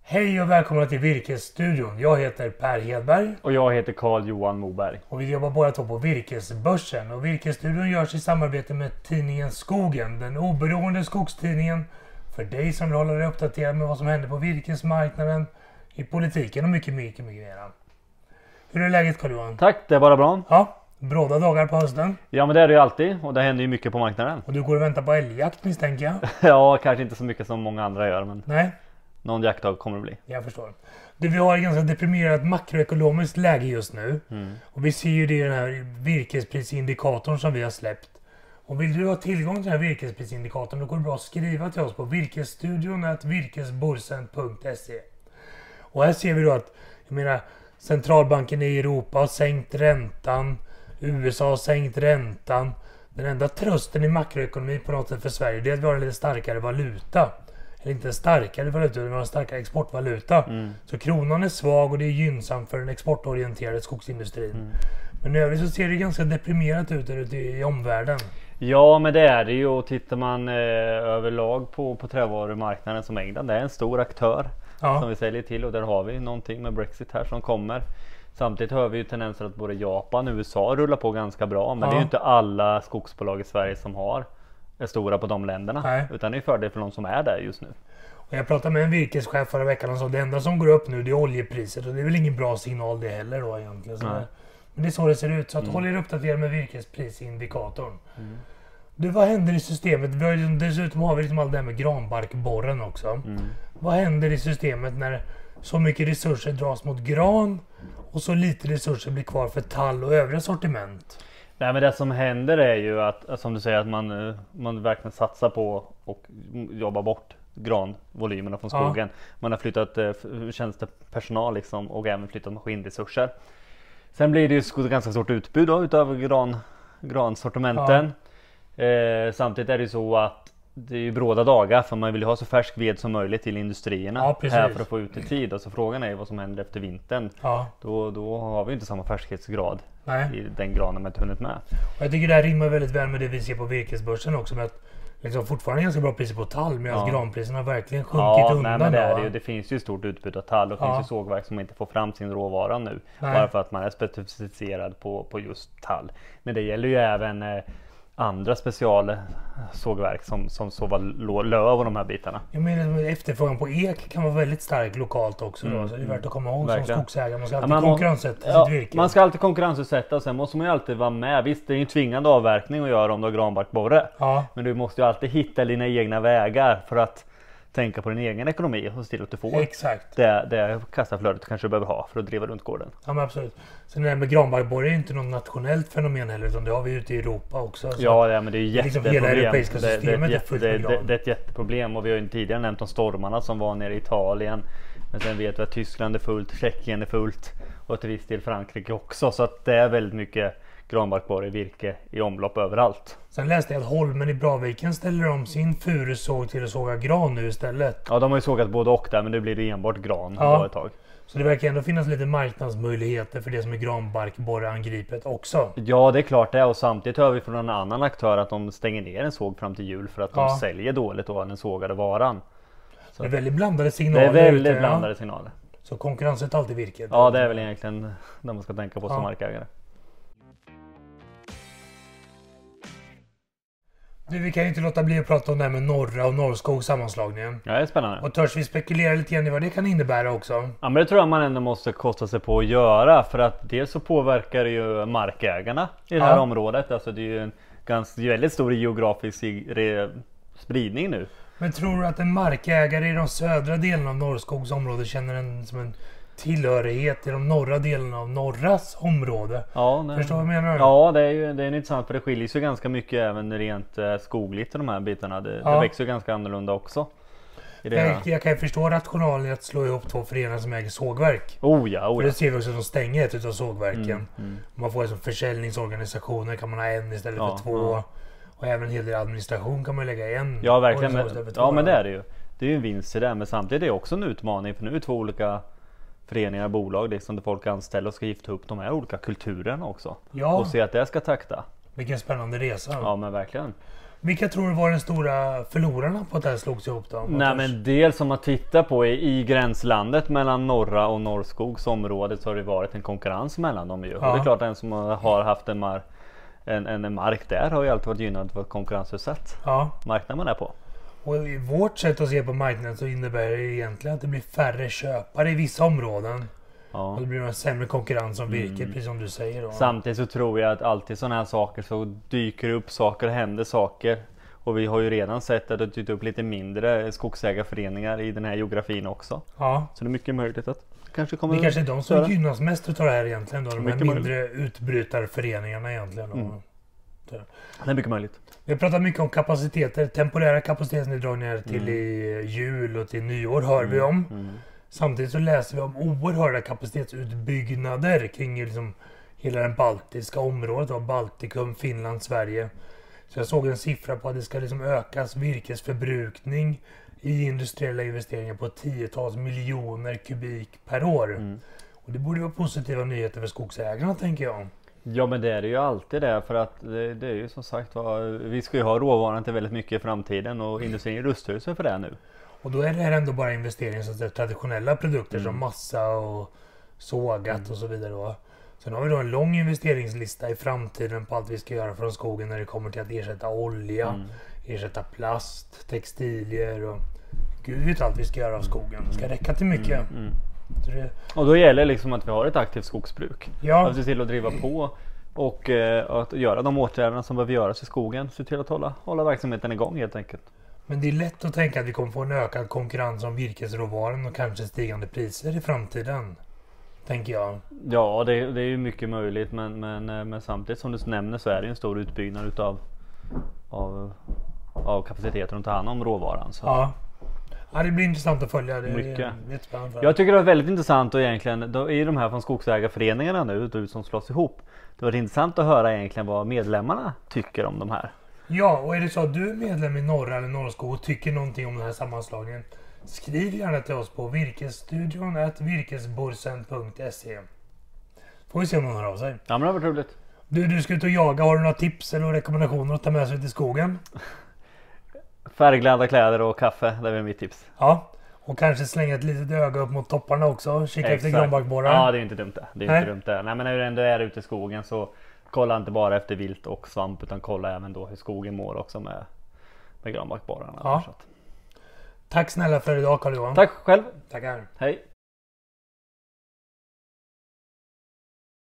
Hej och välkomna till Virkesstudion. Jag heter Per Hedberg. Och jag heter Carl-Johan Moberg. Och vi jobbar båda två på Virkesbörsen. Och Virkesstudion görs i samarbete med tidningen Skogen. Den oberoende skogstidningen. För dig som vill hålla dig uppdaterad med vad som händer på virkesmarknaden, i politiken och mycket mer. Hur är läget, Carl-Johan? Tack, det är bara bra. Ja, bråda dagar på hösten. Ja, men det är det ju alltid. Och det händer ju mycket på marknaden. Och du går och väntar på älgjakt, misstänker jag. Ja, kanske inte så mycket som många andra gör. Men Nej, någon jaktdag kommer det bli. jag förstår. Vi har ett ganska deprimerat makroekonomiskt läge just nu. Och vi ser ju det i den här virkesprisindikatorn som vi har släppt. Och vill du ha tillgång till den här virkesprisindikatorn, då går det bra att skriva till oss på virkesstudion@virkesborsen.se. Och här ser vi då att, centralbanken i Europa har sänkt räntan. USA har sänkt räntan. Den enda trösten i makroekonomi på något sätt för Sverige, det är att vi har en lite starkare valuta. Eller inte en starkare valuta, utan vi har en starkare exportvaluta. Så kronan är svag och det är gynnsamt för den exportorienterade skogsindustrin. Men i övrigt så ser det ganska deprimerat ut ute i omvärlden. Ja, men det är det ju. Och tittar man överlag på trävarumarknaden som England, det är en stor aktör som vi säljer till. Och där har vi någonting med Brexit här som kommer. Samtidigt hör vi ju tendenser att både Japan och USA rullar på ganska bra. Men det är ju inte alla skogsbolag i Sverige som är stora på de länderna. Nej. Utan det är fördel för de som är där just nu. Och jag pratade med en virkeschef förra veckan och sa att det enda som går upp nu, det är oljepriset. Och det är väl ingen bra signal det heller då egentligen. Men det är så det ser ut. Så att håll er uppdaterad med virkesprisindikatorn. Du, vad händer i systemet? Dessutom har vi liksom allt det här med granbarkborren också. Vad händer i systemet när så mycket resurser dras mot gran och så lite resurser blir kvar för tall och övriga sortiment? Nej, men det som händer är ju att, som du säger, att man verkligen satsar på och jobba bort granvolymerna från skogen. Man har flyttat tjänstepersonal liksom, och även flyttat maskinresurser. Sen blir det ju ganska stort utbud då, utöver gransortimenten. Samtidigt är det ju så att det är ju bråda dagar, för man vill ju ha så färsk ved som möjligt till industrierna här för att få ut i tid. Och så frågan är ju vad som händer efter vintern. Då har vi inte samma färskhetsgrad i den granen man inte hunnit med. Och jag tycker det här rimmar väldigt väl med det vi ser på virkesbörsen också, med att liksom fortfarande ganska bra priser på tall, medan granpriserna verkligen sjunkit undan. Nej, men det finns ju stort utbud av tall och finns ju sågverk som inte får fram sin råvara nu. Bara för att man är specificerad på just tall. Men det gäller ju även andra specialsågverk som såvar löv och de här bitarna. Jag menar, efterfrågan på ek kan vara väldigt stark lokalt också då, så det är värt att komma ihåg som skogsägare. Man ska alltid konkurrensutsätta sitt virke. Man ska alltid konkurrensutsätta, och sen måste man ju alltid vara med. Visst, det är ju en tvingande avverkning att göra om du har granbarkborre. Men du måste ju alltid hitta dina egna vägar för att tänka på din egen ekonomi och se till att du får det kassaflödet du kanske behöver ha för att driva runt gården. Ja, men absolut. Sen det här med granbarkborre är inte något nationellt fenomen heller, utan det har vi ute i Europa också. Ja, men det är ju jätteproblem. Hela europeiska systemet är fullt med gran. Det är ett jätteproblem, och vi har ju tidigare nämnt om stormarna som var nere i Italien. Men sen vet vi att Tyskland är fullt, Tjeckien är fullt och till viss del Frankrike också. Så att det är väldigt mycket granbarkborre virke i omlopp överallt. Sen läste jag att Holmen i Braviken ställer om sin furusåg till att såga gran nu istället. Ja, de har ju sågat både och där, men nu blir det enbart gran ett tag. Så det verkar ändå finnas lite marknadsmöjligheter för det som är granbarkborreangripet också. Ja, det är klart det. Och samtidigt hör vi från en annan aktör att de stänger ner en såg fram till jul för att de säljer dåligt och den sågade varan. Så det är väldigt blandade signaler. Det är väldigt blandade signaler. Så konkurrensen är alltid virket. Ja, det är väl egentligen det man ska tänka på som markägare. Du, vi kan ju inte låta bli att prata om det här med Norra och Norrskog sammanslagningen. Ja, det är spännande. Och törs vi spekulera lite grann i vad det kan innebära också? Ja, men det tror jag man ändå måste kosta sig på att göra. För att dels så påverkar det ju markägarna i det här området. Alltså det är ju en väldigt stor geografisk spridning nu. Men tror du att en markägare i de södra delarna av Norrskogs område känner som en tillhörighet till de norra delarna av Norras område? Förstår du vad jag menar? Ja, det är intressant, för det skiljer sig ganska mycket även rent skogligt i de här bitarna. Det växer ju ganska annorlunda också. Jag kan ju förstå rationalen i att slå ihop två föreningar som äger sågverk. För det ser vi också att de stänger ett utav sågverken. Man får alltså försäljningsorganisationer, kan man ha en istället för två. Och även en hel del administration kan man lägga i en. Ja, verkligen. Men det är det ju. Det är ju en vinst i det, men samtidigt är det också en utmaning, för nu är två olika föreningar och bolag liksom, där folk anställer och ska gifta upp de här olika kulturerna också. Och se att det ska takta. Vilken spännande resa. Ja, men verkligen. Vilka tror du var den stora förlorarna på att det här slogs ihop då? Nej, men dels om man tittar på i gränslandet mellan norra och Norrskogs område, så har det varit en konkurrens mellan dem ju. Och det är klart, den som har haft en mark där har ju alltid varit gynnad för konkurrensutsatt marknad man är på. Och i vårt sätt att se på marknaden så innebär det egentligen att det blir färre köpare i vissa områden. Ja. Och det blir en sämre konkurrens om virket, precis som du säger då. Samtidigt så tror jag att alltid sådana här saker så dyker upp saker, händer saker. Och vi har ju redan sett att det dyker upp lite mindre skogsägarföreningar i den här geografin också. Ja. Så det är mycket möjligt att kanske kommer... Det kanske är de som gynnas mest utav det här egentligen då. De här mindre utbrytarföreningarna egentligen. Det är mycket möjligt. Vi har pratat mycket om kapaciteter. Temporära kapacitetsneddragningar till i jul och till nyår hör vi om. Samtidigt så läser vi om oerhörda kapacitetsutbyggnader kring liksom hela det baltiska området av Baltikum, Finland, Sverige. Så jag såg en siffra på att det ska liksom ökas virkesförbrukning i industriella investeringar på 10-tals miljoner kubik per år. Och det borde vara positiva nyheter för skogsägarna, tänker jag. Ja, men det är det ju alltid det, för att det är ju som sagt vi ska ju ha råvaran till väldigt mycket i framtiden och industrin rustar sig för det nu. Och då är det här ändå bara investeringar så att det är traditionella produkter som massa och sågat och så vidare då. Sen har vi då en lång investeringslista i framtiden på allt vi ska göra från skogen när det kommer till att ersätta olja, ersätta plast, textilier och gud vet allt vi ska göra av skogen. Det ska räcka till mycket. Och då gäller det liksom att vi har ett aktivt skogsbruk. Ja. Att se till att driva på och att göra de åtgärderna som behöver göras i skogen. Se till att hålla verksamheten igång helt enkelt. Men det är lätt att tänka att vi kommer få en ökad konkurrens om virkesråvaran och kanske stigande priser i framtiden. Tänker jag. Ja, det är ju mycket möjligt, men samtidigt som du nämner så är det en stor utbyggnad av kapaciteten att ta hand om råvaran. Så. Ja, det blir intressant att följa. Det mycket. Jag tycker det var väldigt intressant och egentligen då är de här från skogsägarföreningarna nu som slås ihop. Det var intressant att höra egentligen vad medlemmarna tycker om de här. Ja, och är det så att du är medlem i Norra eller Norrskog och tycker någonting om den här sammanslagningen, skriv gärna till oss på virkesstudion@virkesborsen.se. Får vi se om någon hör av sig. Ja, men det var roligt. Du ska ut och jaga. Har du några tips eller rekommendationer att ta med sig till skogen? Färgglada kläder och kaffe, det är mitt tips. Ja, och kanske slänga ett litet öga upp mot topparna också. Kika efter granbarkborrar. Ja, det är inte dumt det. Det är inte dumt det. Nej, men när du ändå är ute i skogen så kolla inte bara efter vilt och svamp utan kolla även då hur skogen mår också med granbarkborrarna. Ja. Tack snälla för idag, Carl-Johan. Tack själv. Tackar. Hej.